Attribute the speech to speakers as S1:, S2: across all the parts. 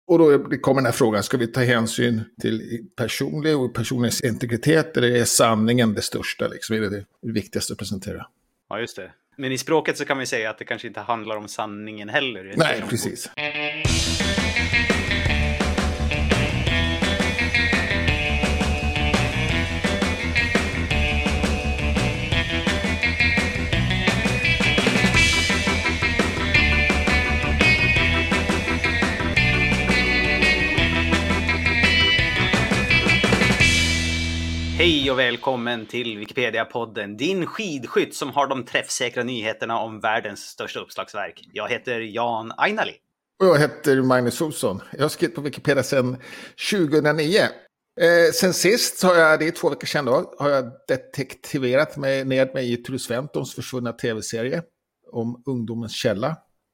S1: Och då kommer den här frågan, ska vi ta hänsyn till personens integritet, eller är sanningen det största? Liksom? Är det viktigaste att presentera?
S2: Ja, just det. Men i språket så kan vi säga att det kanske inte handlar om sanningen heller.
S1: Nej, precis.
S2: Hej och välkommen till Wikipedia-podden, din skidskytt som har de träffsäkra nyheterna om världens största uppslagsverk. Jag heter Jan Ainali.
S1: Och jag heter Magnus Olsson. Jag har skrivit på Wikipedia sedan 2009. Sen sist, det är 2 veckor sedan då, har jag detektiverat ner mig i Truls Sventons försvunna tv-serie om ungdomens källa.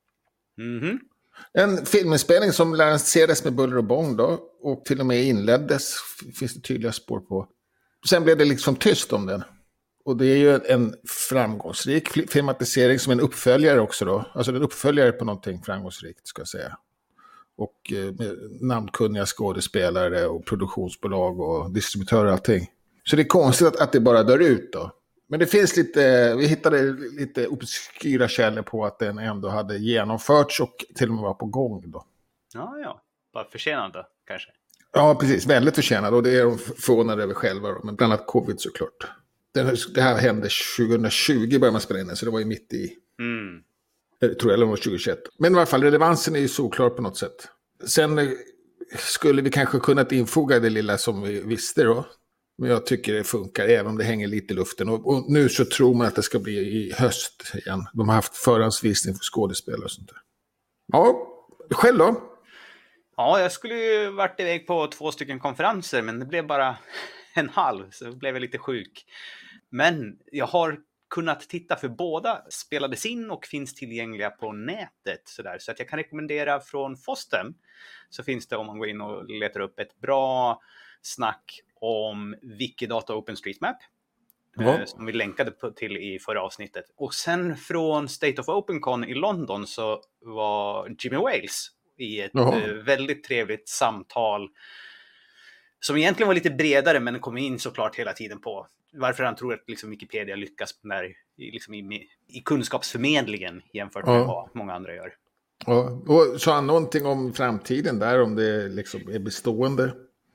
S2: Mhm.
S1: En filminspelning som lanserades med buller och bång då, och till och med inleddes, finns det tydliga spår på. Sen blev det liksom tyst om den. Och det är ju en framgångsrik filmatisering som en uppföljare också då. Alltså en uppföljare på någonting framgångsrikt, ska jag säga. Och med namnkunniga skådespelare och produktionsbolag och distributörer och allting. Så det är konstigt att det bara dör ut då. Men det finns vi hittade lite obskyra källor på att den ändå hade genomförts och till och med var på gång då.
S2: Ja. Bara försenad kanske.
S1: Ja, precis. Väldigt förtjänad. Och det är de förvånade över själva då. Men bland annat covid såklart. Det här hände 2020 började man spela in den. Så det var ju mitt i. Tror jag, eller 2021. Men i alla fall, relevansen är ju såklar på något sätt. Sen skulle vi kanske kunnat infoga det lilla som vi visste då. Men jag tycker det funkar även om det hänger lite i luften. Och nu så tror man att det ska bli i höst igen. De har haft förhandsvisning för skådespelare och sånt där. Ja, själv då?
S2: Ja, jag skulle ju varit iväg på 2 konferenser, men det blev bara en halv, så blev jag lite sjuk. Men jag har kunnat titta, för båda spelades in och finns tillgängliga på nätet. Så att jag kan rekommendera från Fostem, så finns det, om man går in och letar upp, ett bra snack om Wikidata OpenStreetMap. Som vi länkade till i förra avsnittet. Och sen från State of OpenCon i London så var Jimmy Wales i ett väldigt trevligt samtal som egentligen var lite bredare, men kom in såklart hela tiden på varför han tror att liksom Wikipedia lyckas liksom i kunskapsförmedlingen jämfört med vad många andra gör.
S1: Ja. Och sa han någonting om framtiden där, om det liksom är bestående?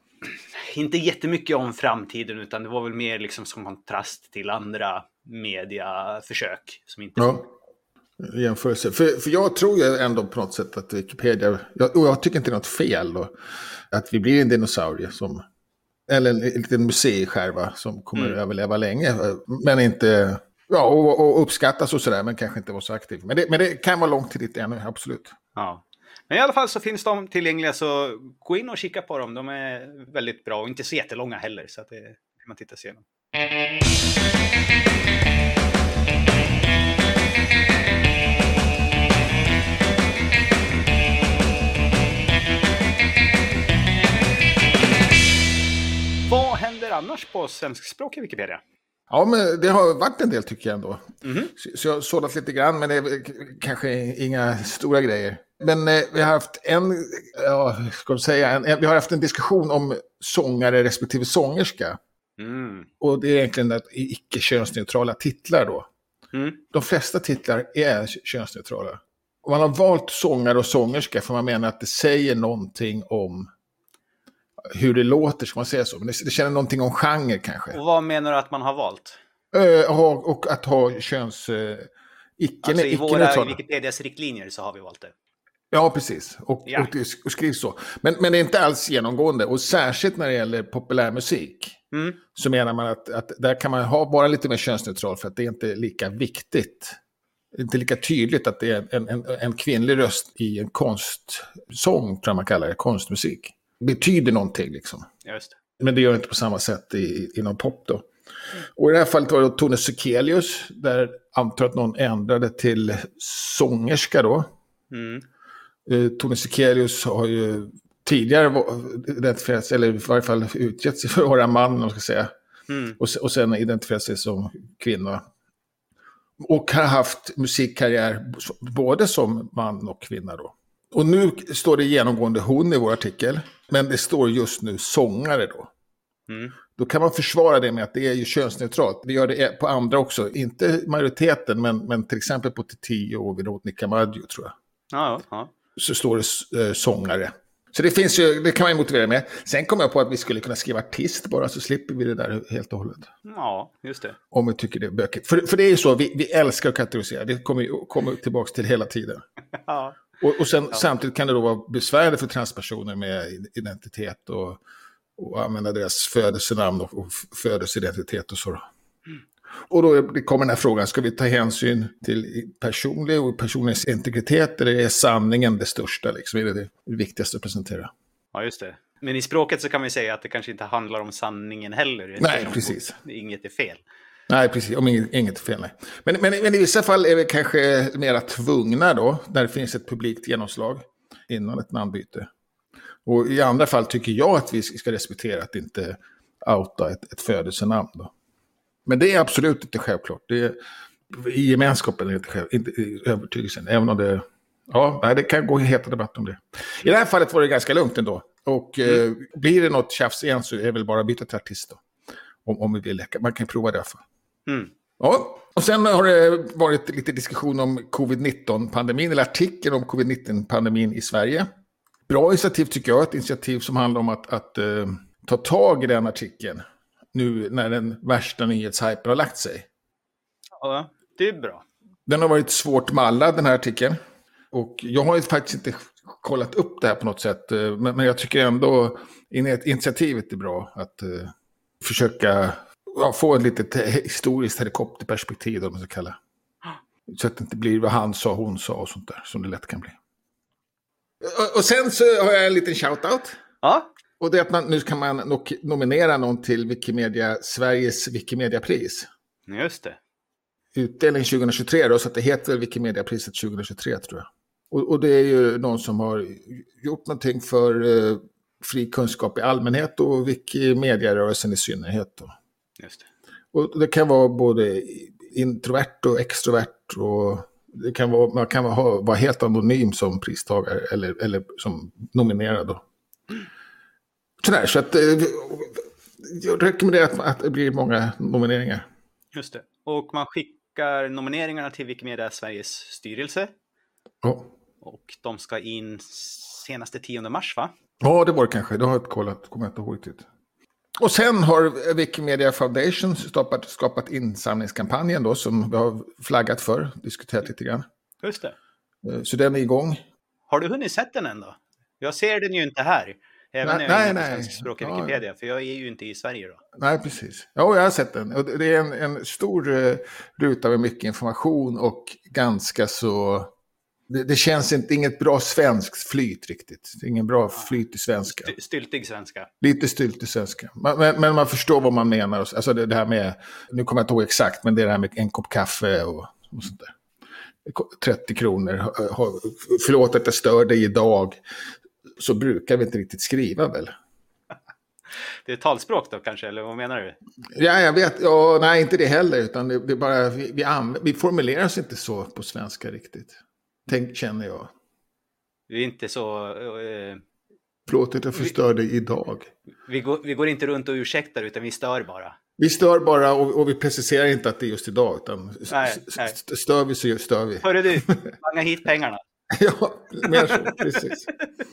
S2: Inte jättemycket om framtiden, utan det var väl mer liksom som kontrast till andra mediaförsök som inte
S1: jämförelse. För jag tror ju ändå på något sätt att Wikipedia, och jag tycker inte det är något fel då, att vi blir en dinosaurie eller en liten museiskärva som kommer att överleva länge, men inte, och uppskattas och sådär, men kanske inte vara så aktiv. Men det kan vara långt till dit ännu, absolut.
S2: Ja. Men i alla fall så finns de tillgängliga, så gå in och kika på dem. De är väldigt bra och inte så jättelånga heller, så att det kan man titta sig igenom. Vad händer annars på svenskspråkig Wikipedia?
S1: Ja, men det har varit en del tycker jag ändå. Så jag har sådat lite grann, men det är kanske inga stora grejer. Men vi har haft vi har haft en diskussion om sångare respektive sångerska. Och det är egentligen icke-könsneutrala titlar då. De flesta titlar är könsneutrala. Och man har valt sångare och sångerska för man menar att det säger någonting om hur det låter, ska man säga så. Men det känner någonting om genre kanske.
S2: Och vad menar du att man har valt?
S1: Och att ha köns...
S2: Alltså i våra Wikipedias riktlinjer så har vi valt det.
S1: Ja, precis. Och skrivs så. Men det är inte alls genomgående. Och särskilt när det gäller populärmusik så menar man att där kan man vara lite mer könsneutral, för att det är inte lika viktigt. Det är inte lika tydligt att det är en kvinnlig röst i en konstsång, tror jag man kallar det, konstmusik. Betyder någonting liksom.
S2: Just det.
S1: Men det gör inte på samma sätt inom pop då. Och i det här fallet var det Tone Sekelius, där antar att någon ändrade till sångerska då. Tone Sekelius har ju tidigare identifierat, eller i varje fall utgett sig för att vara man, om man ska säga. Och sen identifierat sig som kvinna. Och har haft musikkarriär både som man och kvinna då. Och nu står det genomgående hon i vår artikel. Men det står just nu sångare då.
S2: Mm.
S1: Då kan man försvara det med att det är ju könsneutralt. Vi gör det på andra också. Inte majoriteten, men till exempel på Titi och Veronica Maggio tror jag.
S2: Ja.
S1: Så står det sångare. Så det finns ju, det kan man ju motivera med. Sen kom jag på att vi skulle kunna skriva artist bara, så slipper vi det där helt och hållet.
S2: Ja, just det.
S1: Om vi tycker det är bökigt. För det är ju så, vi älskar att kategorisera. Det kommer tillbaka till hela tiden.
S2: Ja.
S1: Och sen, samtidigt kan det då vara besvärligt för transpersoner med identitet och använda deras födelsenamn och födelseidentitet och så. Och då kommer den här frågan, ska vi ta hänsyn till personens integritet, eller är sanningen det största? Liksom? Är det viktigaste att presentera?
S2: Ja, just det. Men i språket så kan vi säga att det kanske inte handlar om sanningen heller.
S1: Nej, precis.
S2: Inget är fel.
S1: Nej, precis. Om inget är fel, nej. Men i vissa fall är vi kanske mera tvungna då, när det finns ett publikt genomslag innan ett namnbyte. Och i andra fall tycker jag att vi ska respektera att inte outa ett födelsenamn då. Men det är absolut inte självklart. Det är, i gemenskapen är det inte i övertygelsen. Även om det... Ja, nej, det kan gå en heta debatt om det. I det här fallet var det ganska lugnt ändå. Och blir det något tjafs igen så är det väl bara att byta till artist då. Om vi vill leka. Man kan prova det för.
S2: Mm.
S1: Ja, och sen har det varit lite diskussion om covid-19-pandemin. Eller artikeln om covid-19-pandemin i Sverige. Bra initiativ tycker jag. Ett initiativ som handlar om att ta tag i den artikeln. Nu när den värsta nyhetshypen har lagt sig.
S2: Ja, det är bra.
S1: Den har varit svårt mallad, den här artikeln. Och jag har ju faktiskt inte kollat upp det här på något sätt. Men jag tycker ändå initiativet är bra. Att försöka få ett litet historiskt helikopterperspektiv, om man ska kalla. Så att det inte blir vad han sa, hon sa och sånt där. Som det lätt kan bli. Och sen så har jag en liten shoutout.
S2: Ja.
S1: Och det är att nu kan man nominera någon till Wikimedia, Sveriges Wikimedia-pris.
S2: Just det.
S1: Utdelning 2023 då, så att det heter Wikimedia-priset 2023 tror jag. Och det är ju någon som har gjort någonting för fri kunskap i allmänhet och Wikimedia-rörelsen i synnerhet då.
S2: Just det.
S1: Och det kan vara både introvert och extrovert och det kan vara, man kan vara helt anonym som pristagare eller som nominerad då. Sådär, så att jag rekommenderar att det blir många nomineringar.
S2: Just det. Och man skickar nomineringarna till Wikimedia Sveriges styrelse.
S1: Ja.
S2: Och de ska in senaste 10 mars, va?
S1: Ja, det var det kanske. Det har jag kollat. Kommer jag inte ihåg riktigt. Och sen har Wikimedia Foundation skapat insamlingskampanjen då, som vi har flaggat för, diskuterat lite grann.
S2: Just det.
S1: Så den är igång.
S2: Har du hunnit sett den än då? Jag ser den ju inte här. Även när jag är inne på svenskspråkiga Wikipedia. För jag är ju inte i Sverige då.
S1: Nej, precis. Ja, jag har sett den. Och det är en stor ruta med mycket information och ganska så... Det känns inte inget bra svenskt flyt riktigt. Det är ingen bra flyt i svenska.
S2: Styltig svenska.
S1: Lite styltig svenska. Men man förstår vad man menar. Alltså det här med... Nu kommer jag inte ihåg exakt, men det är det här med en kopp kaffe och sånt där. 30 kronor. Förlåt att jag stör dig idag. Så brukar vi inte riktigt skriva väl.
S2: Det är talspråk då kanske, eller vad menar du?
S1: Ja, jag vet. Ja, nej, inte det heller. Utan det är bara, vi formulerar oss inte så på svenska riktigt. Känner jag.
S2: Vi är inte så...
S1: Förlåt att jag förstör dig idag.
S2: Vi går inte runt och ursäktar, utan vi stör bara.
S1: Vi stör bara och vi preciserar inte att det är just idag. Utan
S2: nej.
S1: Stör vi så stör vi.
S2: Hörru du, fånga hit pengarna.
S1: Ja, mer så, precis.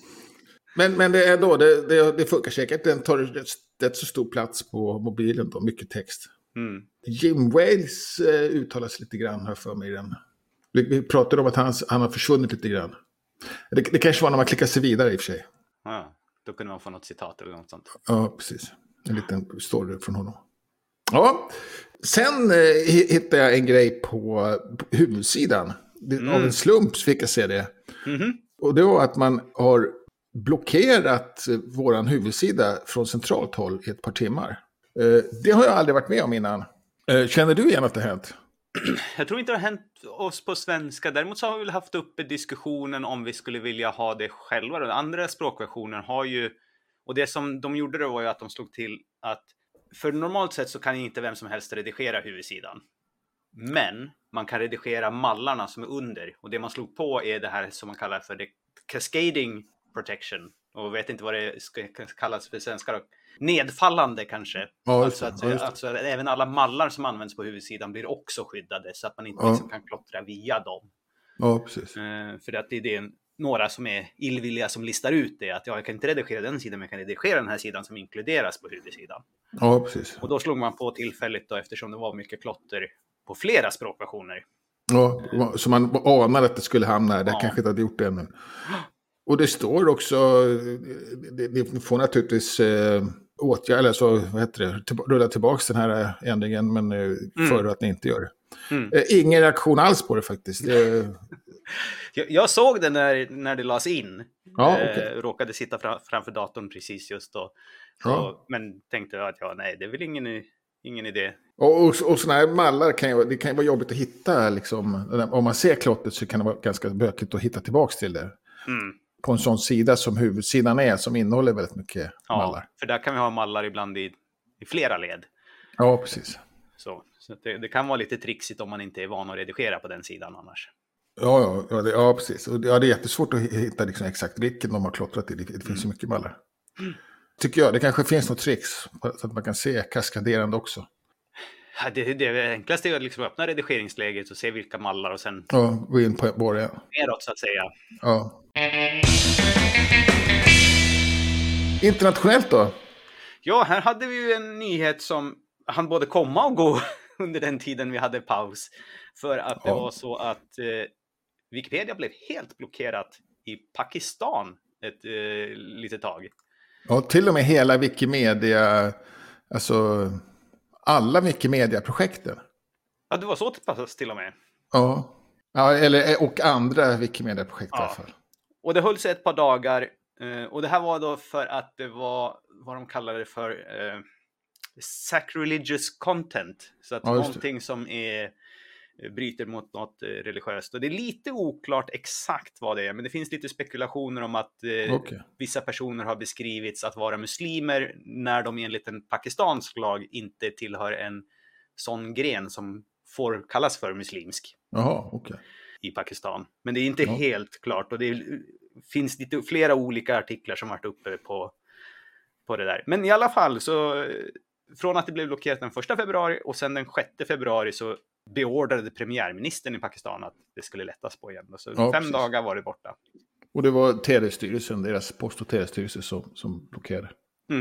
S1: Men det är då, det funkar säkert. Den tar rätt så stor plats på mobilen då, mycket text.
S2: Mm.
S1: Jim Wales uttalas lite grann här för mig i den. Vi pratade om att han har försvunnit lite grann. Det kanske var när man klickar sig vidare i och för sig.
S2: Ja, då kunde man få något citat eller något sånt.
S1: Ja, precis. En liten story från honom. Ja, sen hittade jag en grej på huvudsidan. Av en slump fick jag se det. Mm-hmm. Och det var att man har blockerat våran huvudsida från centralt håll i ett par timmar. Det har jag aldrig varit med om innan. Känner du igen att det har hänt?
S2: Jag tror inte det har hänt oss på svenska. Däremot så har vi väl haft uppe diskussionen om vi skulle vilja ha det själva. Den andra språkversionen har ju... Och det som de gjorde då var ju att de slog till att... För normalt sett så kan inte vem som helst redigera huvudsidan. Men man kan redigera mallarna som är under. Och det man slog på är det här som man kallar för det cascading protection. Och vet inte vad det ska kallas för svenska då. Nedfallande kanske.
S1: Ja,
S2: alltså även alla mallar som används på huvudsidan blir också skyddade så att man inte liksom kan klottra via dem.
S1: Ja, precis.
S2: För att det är några som är illvilliga som listar ut det. Att jag kan inte redigera den sidan, men jag kan redigera den här sidan som inkluderas på huvudsidan.
S1: Ja, precis.
S2: Och då slog man på tillfälligt då, eftersom det var mycket klotter på flera språkversioner.
S1: Ja, så man anar att det skulle hamna här. Det kanske inte hade gjort det ännu. Och det står också, det får naturligtvis åtgärder, så vad heter det, rulla tillbaka den här ändringen, men för att ni inte gör det. Ingen reaktion alls på det faktiskt.
S2: Jag såg det när det lades in.
S1: Ja, okay.
S2: Råkade sitta framför datorn precis just då. Men tänkte att nej, det är väl ingen idé.
S1: Och sådana här mallar det kan ju vara jobbigt att hitta. Liksom. Om man ser klottret så kan det vara ganska bökigt att hitta tillbaka till det. På en sån sida som huvudsidan är, som innehåller väldigt mycket mallar. För
S2: där kan vi ha mallar ibland i flera led.
S1: Ja, precis.
S2: Så det kan vara lite trixigt om man inte är van att redigera på den sidan annars.
S1: Ja, precis. Och det är jättesvårt att hitta liksom exakt vilken de har klottrat i. Det finns ju mycket mallar. Tycker jag. Det kanske finns något tricks så att man kan se kaskaderande också.
S2: Ja, det enklaste är att liksom öppna redigeringsläget och se vilka mallar och sen
S1: gå in på det.
S2: Neråt så att säga.
S1: Ja. Internationellt då?
S2: Ja, här hade vi ju en nyhet som han både komma och gå under den tiden vi hade paus. För att det var så att Wikipedia blev helt blockerat i Pakistan ett litet tag.
S1: Ja, till och med hela Wikimedia, alltså alla Wikimedia-projekten.
S2: Ja, det var så till och med.
S1: Ja, och andra Wikimedia-projekt i alla fall.
S2: Och det höll sig ett par dagar. Och det här var då för att det var vad de kallade det för sacrilegious content. Så att någonting som bryter mot något religiöst. Och det är lite oklart exakt vad det är. Men det finns lite spekulationer om att vissa personer har beskrivits att vara muslimer när de enligt en pakistansk lag inte tillhör en sån gren som får kallas för muslimsk.
S1: Jaha, okej.
S2: I Pakistan. Men det är inte helt klart. Och det finns lite flera olika artiklar som varit uppe på det där. Men i alla fall så från att det blev blockerat den 1 februari och sen den 6 februari så beordrade premiärministern i Pakistan att det skulle lättas på igen. Så 5 dagar var det borta.
S1: Och det var telestyrelsen, deras post- och telestyrelse som blockerade.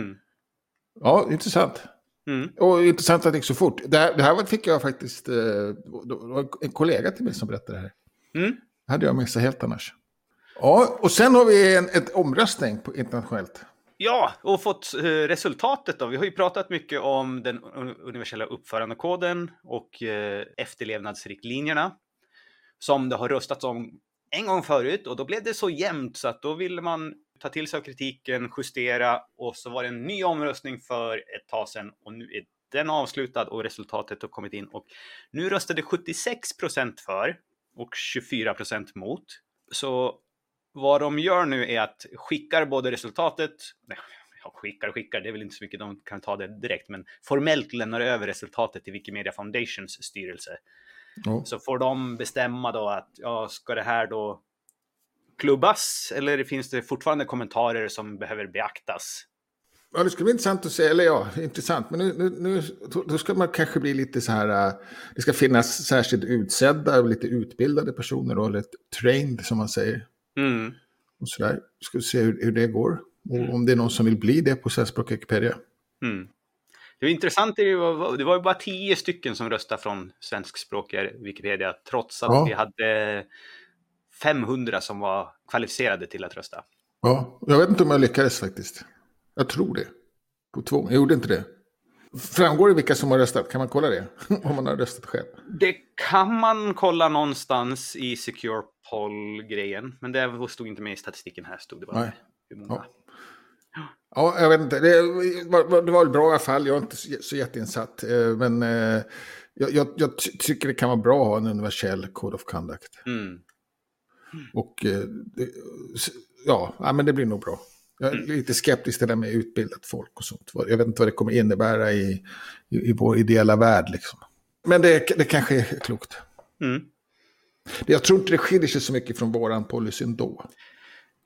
S1: Ja, intressant. Och intressant att det gick så fort. Det här fick jag faktiskt, det var en kollega till mig som berättade det här. Det hade jag missat helt annars. Ja, och sen har vi en omröstning på internationellt.
S2: Ja, och fått resultatet då. Vi har ju pratat mycket om den universella uppförandekoden och efterlevnadsriktlinjerna som det har röstats om en gång förut. Och då blev det så jämnt så att då ville man ta till sig av kritiken, justera och så var det en ny omröstning för ett tag sedan. Och nu är den avslutad och resultatet har kommit in. Och nu röstade 76% för och 24% mot. Så vad de gör nu är att skickar både resultatet, skickar, det är väl inte så mycket de kan ta det direkt, men formellt lämnar över resultatet till Wikimedia Foundations styrelse. Så får de bestämma då att ska det här då klubbas eller finns det fortfarande kommentarer som behöver beaktas?
S1: Ja, det skulle bli intressant att se, eller intressant, men nu då ska man kanske bli lite så här, det ska finnas särskilt utsedda och lite utbildade personer då, eller trained som man säger. Och så där. Ska vi se hur det går. Och om det är någon som vill bli det på svenskspråk Wikipedia.
S2: Det är intressant, det var ju bara 10 stycken som röstade från svenskspråkiga Wikipedia trots att vi hade 500 som var kvalificerade till att rösta.
S1: Ja, jag vet inte om jag lyckades faktiskt. Jag tror det. På 2. Jag gjorde inte det. Framgår det vilka som har röstat? Kan man kolla det? Om man har röstat själv.
S2: Det kan man kolla någonstans i Secure Poll-grejen. Men det stod inte med i statistiken här. Stod det bara hur många.
S1: Ja, jag vet inte. Det var ett bra i alla fall. Jag är inte så jätteinsatt. Men jag tycker det kan vara bra att ha en universell Code of Conduct. Och men det blir nog bra. Jag är lite skeptisk till det med utbildat folk och sånt. Jag vet inte vad det kommer innebära i vår ideella värld liksom. Men det kanske är klokt. Jag tror inte det skiljer sig så mycket från våran policy ändå.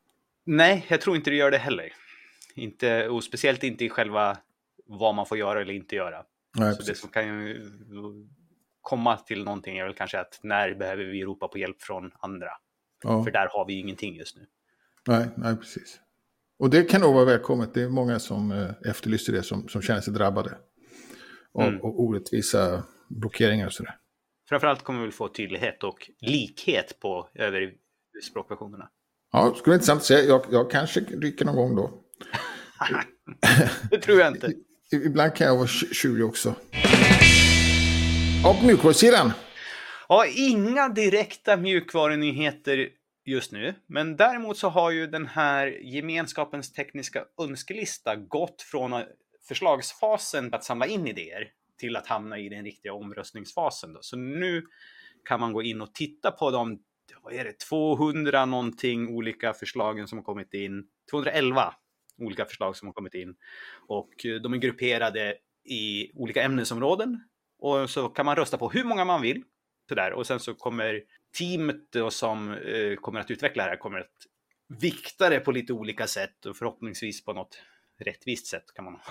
S2: Nej, jag tror inte det gör det heller. Inte, och speciellt inte i själva vad man får göra eller inte göra.
S1: Nej,
S2: Så det
S1: precis.
S2: som kan ju komma till någonting är väl kanske att när behöver vi ropa på hjälp från andra?
S1: Ja.
S2: För där har vi ju ingenting just nu.
S1: Nej, precis. Och det kan nog vara välkommet. Det är många som efterlyser det som känner sig drabbade av orättvisa blockeringar och sådär.
S2: Framförallt kommer vi väl få tydlighet och likhet på över språkversionerna.
S1: Ja, det skulle vara intressant att se. Jag kanske rycker någon gång då.
S2: Det tror jag inte.
S1: Ibland kan jag vara tjurig också. Och på mjukvarusidan.
S2: Ja, inga direkta mjukvarunyheter just nu. Men däremot så har ju den här gemenskapens tekniska önskelista gått från förslagsfasen att samla in idéer till att hamna i den riktiga omröstningsfasen. Då. Så nu kan man gå in och titta på de 200 någonting olika förslagen som har kommit in. 211 olika förslag som har kommit in. Och de är grupperade i olika ämnesområden. Och så kan man rösta på hur många man vill. Där. Och sen så kommer teamet då som kommer att utveckla det här kommer att vikta det på lite olika sätt och förhoppningsvis på något rättvist sätt kan man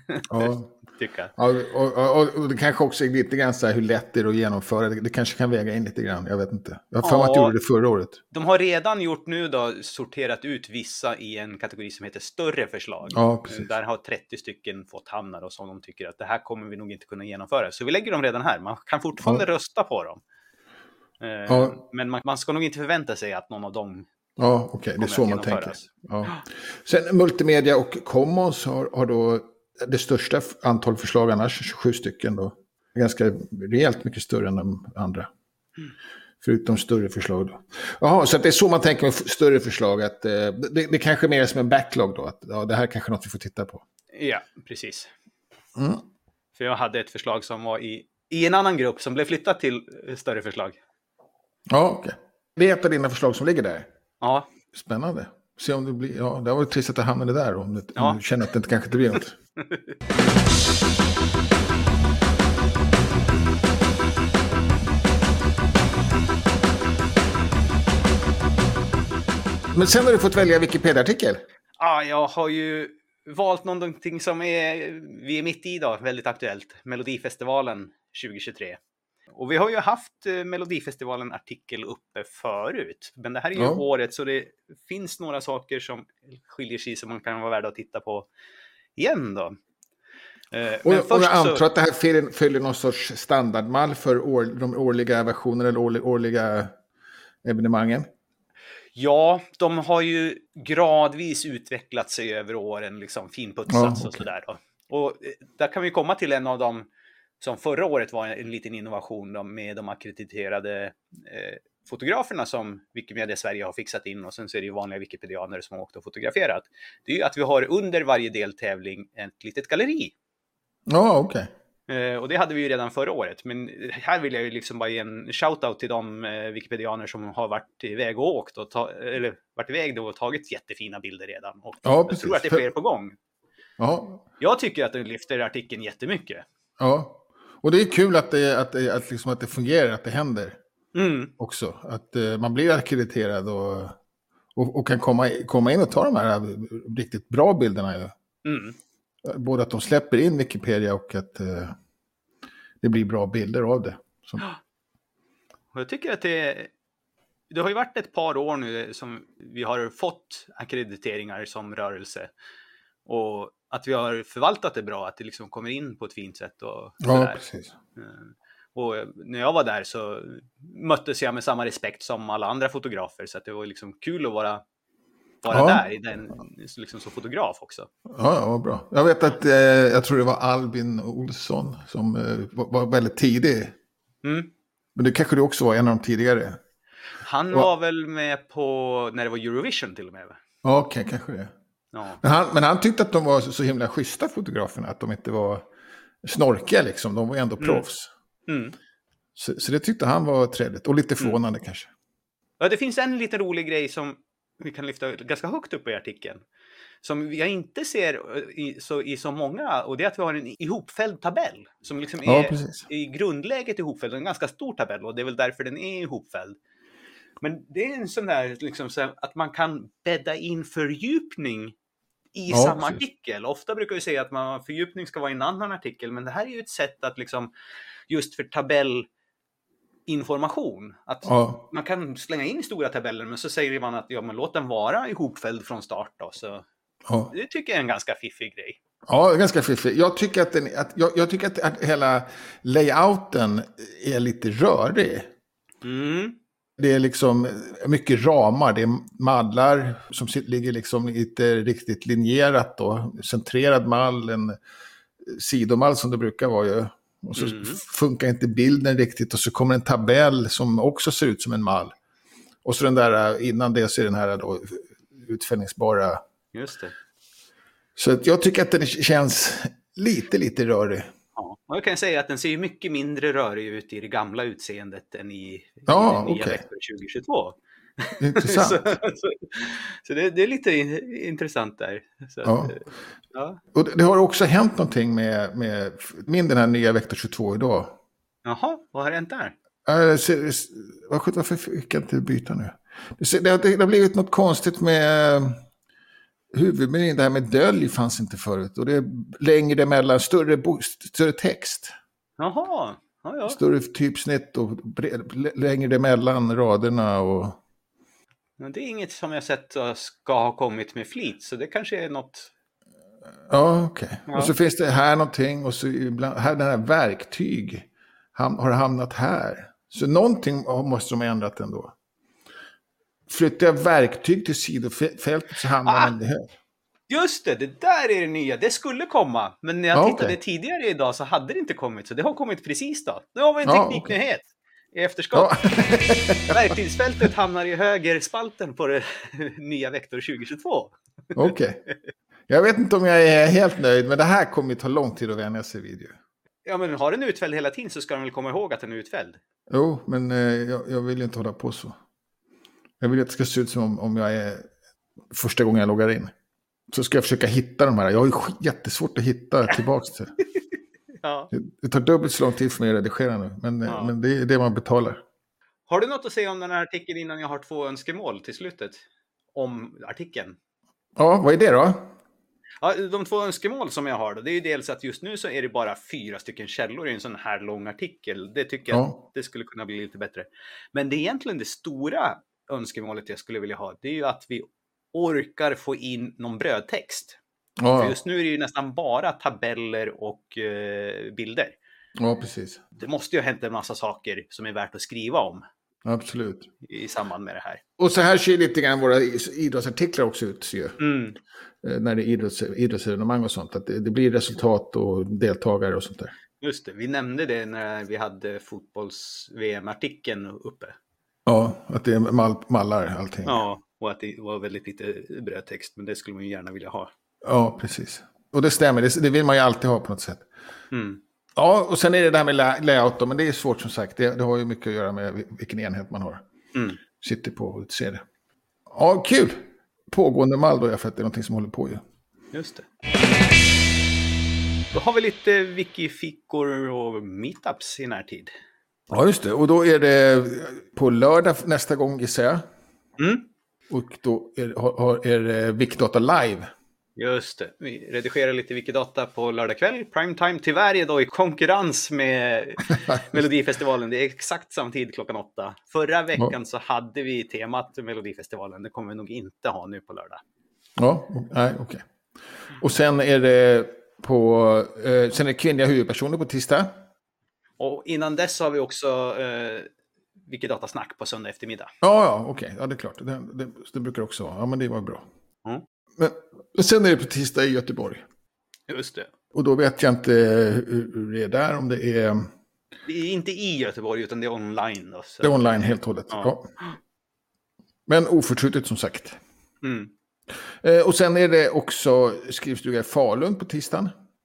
S2: tycka.
S1: Ja, och det kanske också är lite grann så här hur lätt det är att genomföra. Det kanske kan väga in lite grann, jag vet inte. Jag har för mig att gjorde det förra året.
S2: De har redan gjort nu då sorterat ut vissa i en kategori som heter större förslag.
S1: Ja, precis.
S2: Där har 30 stycken fått hamna och som de tycker att det här kommer vi nog inte kunna genomföra. Så vi lägger dem redan här. Man kan fortfarande rösta på dem. Men man ska nog inte förvänta sig att någon av dem
S1: ja, okej. Det är så man tänker. Ja. Sen multimedia och commons har då det största antal förslag annars, 27 stycken då. Ganska rejält mycket större än de andra. Förutom större förslag då. Jaha, så att det är så man tänker med större förslag. Att, det kanske är mer som en backlog då. Att, det här är kanske något vi får titta på.
S2: Ja, precis. För jag hade ett förslag som var i en annan grupp som blev flyttat till större förslag.
S1: Ja, okej. Det är ett av dina förslag som ligger där.
S2: Ja.
S1: Spännande. Se om det blir... Ja, det var trist att det hamnade där. Om du känner att det kanske inte blir något. Men sen har du fått välja Wikipedia-artikel.
S2: Ja, jag har ju valt någonting som vi är mitt i då, väldigt aktuellt. Melodifestivalen 2023. Och vi har ju haft Melodifestivalen-artikel uppe förut. Men det här är ju året så det finns några saker som skiljer sig som man kan vara värda att titta på igen då.
S1: Och jag antar att det här följer någon sorts standardmall för de årliga versionerna eller årliga evenemangen.
S2: Ja, de har ju gradvis utvecklat sig över åren, liksom finputsats och sådär då. Och där kan vi komma till en av dem som förra året var en liten innovation med de akkrediterade fotograferna som Wikimedia Sverige har fixat in. Och sen så är det ju vanliga wikipedianer som har åkt och fotograferat. Det är ju att vi har under varje deltävling ett litet galleri.
S1: Ja, okej.
S2: Och det hade vi ju redan förra året. Men här vill jag ju liksom bara ge en shoutout till de wikipedianer som har varit iväg och åkt. Eller varit iväg då och tagit jättefina bilder redan. Och jag tror att det är fler på gång.
S1: Ja. Jag
S2: tycker att den lyfter artikeln jättemycket.
S1: Ja. Och det är kul att det fungerar, att det händer också. Att man blir akkrediterad och kan komma in och ta de här riktigt bra bilderna. Ja. Både att de släpper in Wikipedia och att det blir bra bilder av det.
S2: Och jag tycker att det har ju varit ett par år nu som vi har fått akkrediteringar som rörelse. Och att vi har förvaltat det bra, att det liksom kommer in på ett fint sätt. Och
S1: precis.
S2: Och när jag var där så möttes jag med samma respekt som alla andra fotografer. Så att det var liksom kul att vara där i den, liksom som fotograf också.
S1: Ja, bra. Jag vet att jag tror det var Albin Olsson som var väldigt tidig. Men det kanske det också var en av de tidigare.
S2: Han var väl med på när det var Eurovision till och med.
S1: Okej, kanske det.
S2: Ja.
S1: Men han tyckte att de var så himla schyssta fotograferna. Att de inte var snorkiga liksom. De var ändå proffs. Så det tyckte han var trevligt. Och lite förvånande kanske.
S2: Ja, det finns en liten rolig grej som vi kan lyfta ganska högt upp i artikeln. Som jag inte ser i så många. Och det är att vi har en ihopfälld tabell. Som liksom är i grundläget ihopfälld. En ganska stor tabell. Och det är väl därför den är ihopfälld. Men det är en sån där liksom, så att man kan bädda in fördjupning i
S1: Ja,
S2: samma
S1: precis.
S2: artikel. Ofta brukar vi säga att fördjupning ska vara i en annan artikel, men det här är ju ett sätt att liksom, just för tabellinformation, att
S1: Ja.
S2: man kan slänga in stora tabeller, men så säger man att ja, men låt den vara ihopfälld från start då. Så
S1: Ja.
S2: det tycker jag är en ganska fiffig grej.
S1: Ja, ganska fiffig. Jag tycker jag tycker att hela layouten är lite rörig.
S2: Mm.
S1: Det är liksom mycket ramar. Det är mallar som ligger liksom inte riktigt linjerat då. Centrerad mall, en sidomall som det brukar vara ju. Och så funkar inte bilden riktigt. Och så kommer en tabell som också ser ut som en mall. Och så den där, innan det så är den här då utfällningsbara.
S2: Just det.
S1: Så att jag tycker att den känns lite rörig.
S2: Ja, och jag kan säga att den ser ju mycket mindre rörig ut i det gamla utseendet än i
S1: Ja,
S2: det nya
S1: okej.
S2: Vector 2022.
S1: Intressant.
S2: så det är lite intressant där. Så
S1: Ja.
S2: att, ja.
S1: Och det har också hänt någonting med den här nya Vector 22 idag.
S2: Jaha, vad har hänt där?
S1: Varför fick jag inte byta nu? Det har blivit något konstigt med huvudmenyn. Det här med dölj fanns inte förut. Och det är längre mellan större text.
S2: Jaha, ja.
S1: Större typsnitt och längre mellan raderna. Och...
S2: Men det är inget som jag sett ska ha kommit med flit. Så det kanske är något...
S1: Ja, okej.
S2: Ja.
S1: Och så finns det här någonting. Och så ibland, här den här verktyg har hamnat här. Så någonting måste de ha ändrat ändå. Flyttar jag verktyg till sidofältet så hamnar man det här.
S2: Just det där är det nya. Det skulle komma. Men när jag tittade tidigare idag så hade det inte kommit. Så det har kommit precis då. Nu har vi en tekniknyhet i efterskott.
S1: Ja.
S2: Verktygsfältet hamnar i högerspalten på det nya Vector 2022.
S1: Okej. Jag vet inte om jag är helt nöjd, men det här kommer ta lång tid att vänja sig vid.
S2: Ja, men har den utfälld hela tiden så ska den väl komma ihåg att den är utfälld.
S1: Jo, men jag vill ju inte hålla på så. Jag vill att det ska se ut som om jag är första gången jag loggar in. Så ska jag försöka hitta de här. Jag har ju jättesvårt att hitta tillbaka till.
S2: Ja.
S1: Det tar dubbelt så lång tid för mig att redigera nu. Men det är det man betalar.
S2: Har du något att säga om den här artikeln innan jag har 2 önskemål till slutet? Om artikeln.
S1: Ja, vad är det då?
S2: Ja, de 2 önskemål som jag har då, det är ju dels att just nu så är det bara 4 stycken källor i en sån här lång artikel. Det tycker jag att det skulle kunna bli lite bättre. Men det är egentligen det stora önskemålet jag skulle vilja ha. Det är ju att vi orkar få in någon brödtext.
S1: Ja.
S2: För just nu är det ju nästan bara tabeller och bilder.
S1: Ja, precis.
S2: Det måste ju ha hänt en massa saker som är värt att skriva om.
S1: Absolut.
S2: I samband med det här.
S1: Och så här ser lite grann våra idrottsartiklar också ut. När det är idrottsrenomang och sånt. Att det blir resultat och deltagare och sånt där.
S2: Just det, vi nämnde det när vi hade fotbolls-VM-artikeln uppe.
S1: Ja, att det är mallar allting.
S2: Ja, och att det var väldigt lite brödtext. Men det skulle man ju gärna vilja ha.
S1: Ja, precis. Och det stämmer, det vill man ju alltid ha på något sätt.
S2: Mm.
S1: Ja, och sen är det där med layout då, men det är svårt som sagt. Det har ju mycket att göra med vilken enhet man har. Sitter på och ser det. Ja, kul! Pågående mall då, för att det är någonting som håller på ju.
S2: Just det. Då har vi lite wikifickor och meetups i närtid.
S1: Ja, just det. Och då är det på lördag nästa gång, gissar jag. Och då är det Wikidata Live.
S2: Just det. Vi redigerar lite Wikidata på lördag kväll. Primetime tyvärr då i konkurrens med Melodifestivalen. Det är exakt samtidigt 8:00. Förra veckan så hade vi temat Melodifestivalen. Det kommer vi nog inte ha nu på lördag.
S1: Ja, nej, okej. Och sen är det sen är det kvinnliga huvudpersoner på tisdag.
S2: Och innan dess har vi också Wikidata-snack på söndag eftermiddag.
S1: Ja, okej. Ja, det är klart. Det brukar också vara. Ja, men det var bra. Men sen är det på tisdag i Göteborg.
S2: Just det.
S1: Och då vet jag inte hur det är där. Om det är...
S2: Det är inte i Göteborg utan det är online. Då, så.
S1: Det är online helt och hållet. Ja. Men oförtrutet som sagt. Och sen är det också skrivstuga i Falun på tisdagen.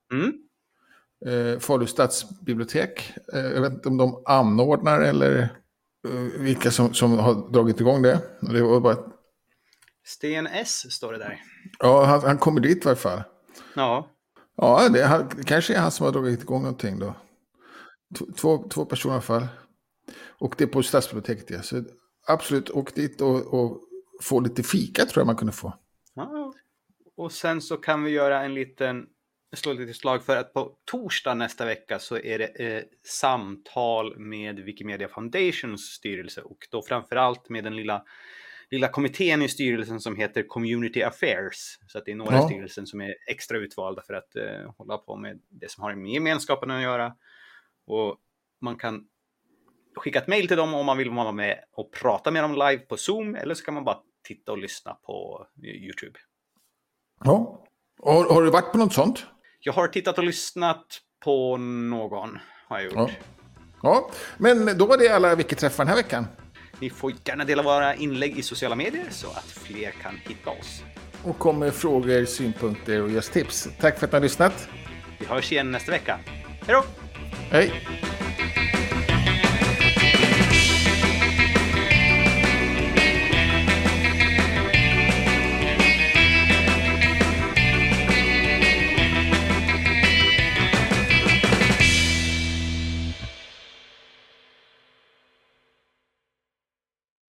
S1: Falu stadsbibliotek. Jag vet inte om de anordnar eller vilka som har dragit igång det. Det var bara... Sten
S2: S står det där.
S1: Ja, han kommer dit i varje fall.
S2: Ja.
S1: Ja, det kanske är han som har dragit igång någonting då. Två personer i alla fall. Och det är på stadsbiblioteket. Ja. Så, absolut. Åk dit och få lite fika tror jag man kunde få.
S2: Ja. Och sen så kan vi göra slå lite slag för att på torsdag nästa vecka så är det samtal med Wikimedia Foundations styrelse och då framförallt med den lilla kommittén i styrelsen som heter Community Affairs. Så att det är några i styrelsen som är extra utvalda för att hålla på med det som har med gemenskapen att göra. Och man kan skicka ett mejl till dem om man vill vara med och prata med dem live på Zoom, eller så kan man bara titta och lyssna på YouTube.
S1: Ja. Har du varit på något sånt?
S2: Jag har tittat och lyssnat på någon, har jag gjort.
S1: Ja, men då var det alla Wiki-träffar den här veckan.
S2: Ni får gärna dela våra inlägg i sociala medier så att fler kan hitta oss.
S1: Och kom med frågor, synpunkter och just tips. Tack för att ni har lyssnat.
S2: Vi hörs igen nästa vecka. Hej då!
S1: Hej!